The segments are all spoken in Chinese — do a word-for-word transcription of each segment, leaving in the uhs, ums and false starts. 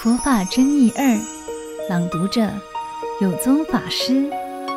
佛法真义二，朗读者有宗法师。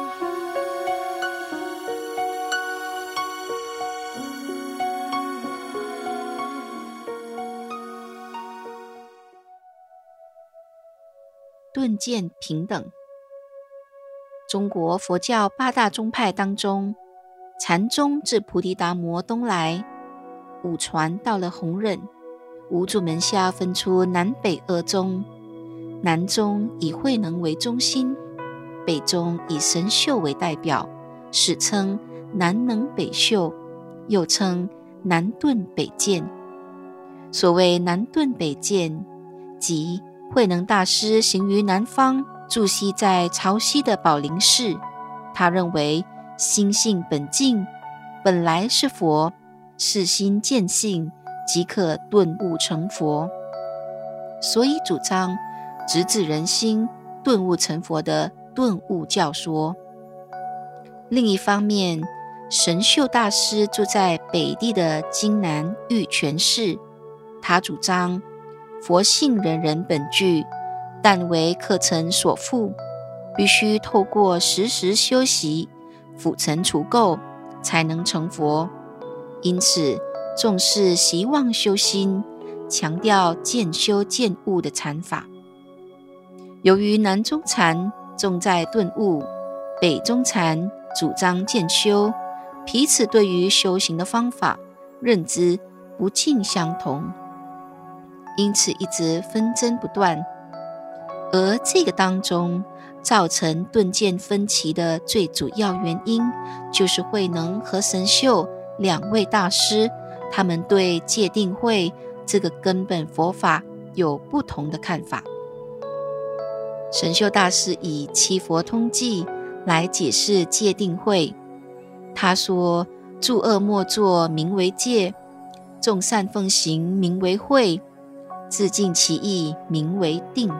顿渐平等。中国佛教八大宗派当中，禅宗自菩提达摩东来，五传到了弘忍，五祖门下分出南北二宗。南宗以慧能为中心，北宗以神秀为代表，史称南能北秀，又称南顿北渐。所谓南顿北渐，即慧能大师行于南方，住息在潮汐的宝林寺。他认为心性本净，本来是佛，是心见性，即可顿悟成佛，所以主张直指人心，顿悟成佛的顿悟教说。另一方面，神秀大师住在北地的京南玉泉寺，他主张佛性人人本具，但为课程所缚，必须透过时时修习，辅尘除垢，才能成佛。因此重视习妄修心，强调渐修渐悟的禅法。由于南宗禅重在顿悟，北宗禅主张渐修，彼此对于修行的方法认知不尽相同，因此一直纷争不断。而这个当中造成顿渐分歧的最主要原因，就是慧能和神秀两位大师，他们对戒定慧这个根本佛法有不同的看法。神秀大师以七佛通记来解释戒定慧，他说：诸恶莫作名为戒，众善奉行名为慧，自尽其意名为定。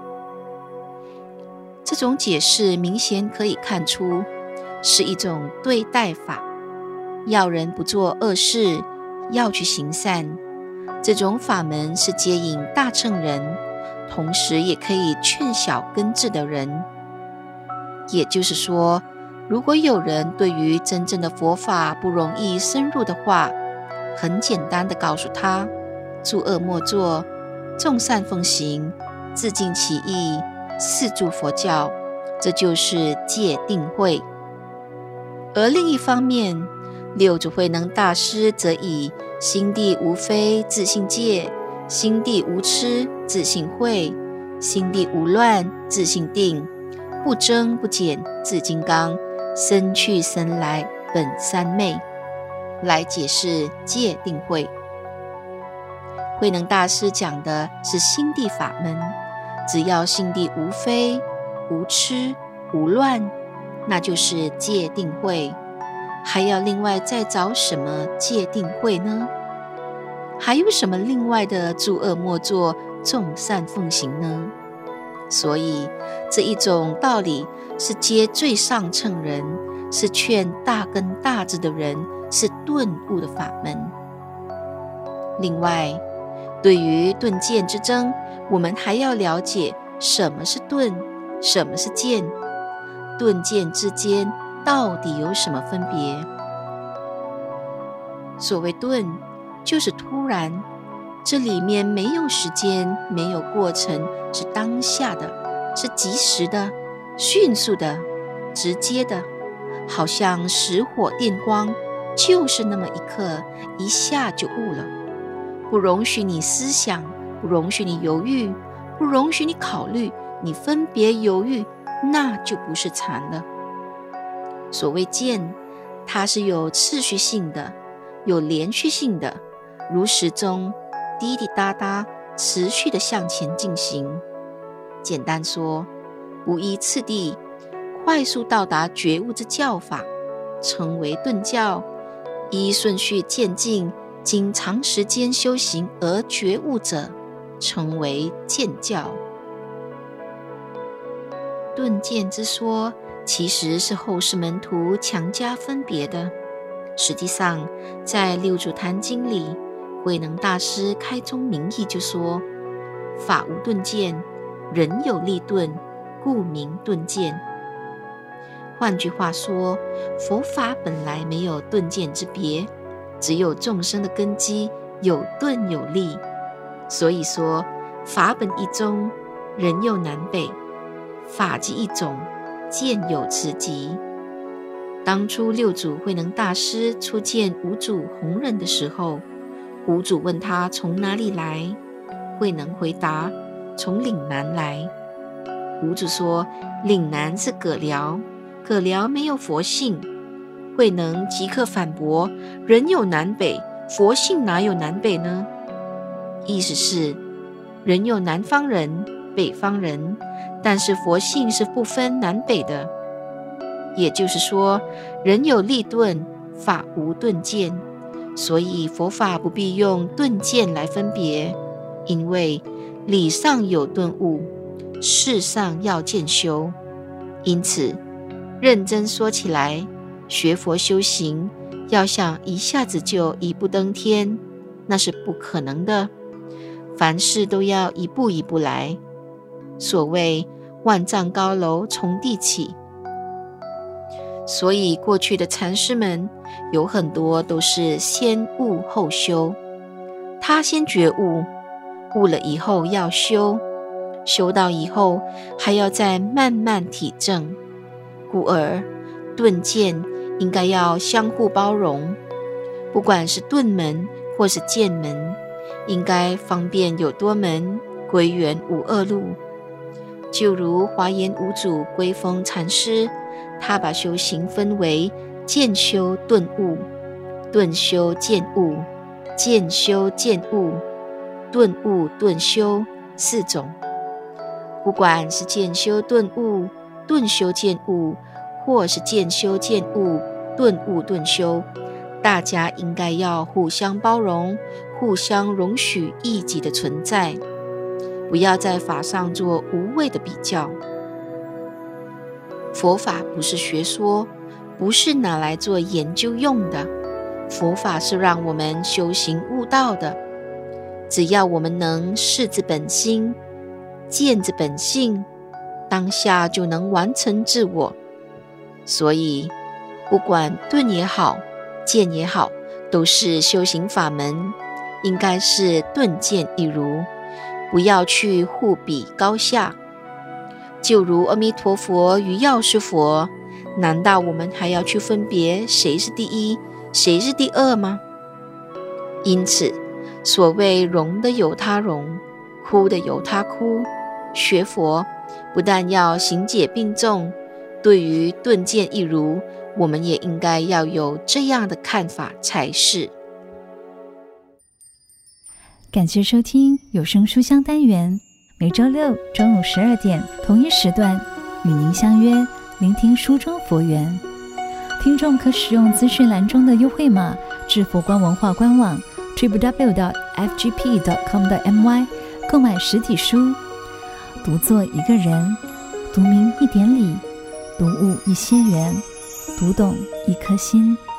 这种解释明显可以看出是一种对待法，要人不做恶事，要去行善。这种法门是接引大乘人，同时也可以劝小根智的人。也就是说，如果有人对于真正的佛法不容易深入的话，很简单的告诉他：诸恶莫作，众善奉行，自尽其意，四柱佛教，这就是戒定慧。而另一方面，六祖慧能大师则以心地无非自性戒，心地无痴自性慧，心地无乱自性定，不增不减自金刚，生去生来本三昧，来解释戒定慧。慧能大师讲的是心地法门，只要心地无非、无痴、无乱，那就是戒定慧。还要另外再找什么戒定慧呢？还有什么另外的诸恶莫作，众善奉行呢？所以这一种道理是接最上乘人，是劝大根大智的人，是顿悟的法门。另外，对于顿渐之争，我们还要了解什么是顿，什么是渐，顿渐之间到底有什么分别？所谓顿，就是突然，这里面没有时间，没有过程，是当下的，是即时的，迅速的，直接的，好像石火电光，就是那么一刻，一下就悟了，不容许你思想，不容许你犹豫，不容许你考虑，你分别犹豫，那就不是禅了。所谓渐，它是有次序性的，有连续性的，如时钟滴滴答答持续的向前进行。简单说，不依次第，快速到达觉悟之教法，称为顿教；依顺序渐进，经长时间修行而觉悟者，称为渐教。顿渐之说，其实是后世门徒强加分别的。实际上，在六祖坛经里，慧能大师开宗明义就说： 法无顿渐，人有立顿，故名顿渐。换句话说，佛法本来没有顿渐之别，只有众生的根基有顿有立。所以说，法本一宗，人有南北，法即一种，渐有此极。当初六祖慧能大师初见五祖弘忍的时候，五祖问他从哪里来，慧能回答从岭南来。五祖说岭南是獦獠，獦獠没有佛性。慧能即刻反驳，人有南北，佛性哪有南北呢？意思是人有南方人、北方人，但是佛性是不分南北的。也就是说，人有立顿，法无顿渐，所以佛法不必用顿渐来分别，因为理上有顿悟，事上要渐修。因此认真说起来，学佛修行要想一下子就一步登天，那是不可能的，凡事都要一步一步来。所谓万丈高楼从地起，所以过去的禅师们有很多都是先悟后修，他先觉悟，悟了以后要修，修到以后还要再慢慢体证，故而顿渐应该要相互包容，不管是顿门或是渐门，应该方便有多门，归元无二路。就如华严五祖归峰禅师，他把修行分为渐修顿悟、顿修渐悟、渐修渐悟、顿悟顿修四种。不管是渐修顿悟、顿修渐悟，或是渐修渐悟、顿悟顿修，大家应该要互相包容，互相容许异己的存在，不要在法上做无谓的比较。佛法不是学说，不是拿来做研究用的，佛法是让我们修行悟道的。只要我们能视之本心，见之本性，当下就能完成自我。所以不管顿也好，渐也好，都是修行法门，应该是顿渐一如，不要去互比高下。就如阿弥陀佛与药师佛，难道我们还要去分别谁是第一，谁是第二吗？因此，所谓容的有他容，哭的有他哭，学佛不但要行解并重，对于顿渐一如，我们也应该要有这样的看法才是。 感谢收听有声书香单元，每周六中午十二点同一时段与您相约聆听书中佛缘。听众可使用资讯栏中的优惠码至佛光文化官网 double-u double-u double-u dot f g p dot com dot m y 购买实体书。读作一个人，读明一点理，读悟一些缘，读懂一颗心。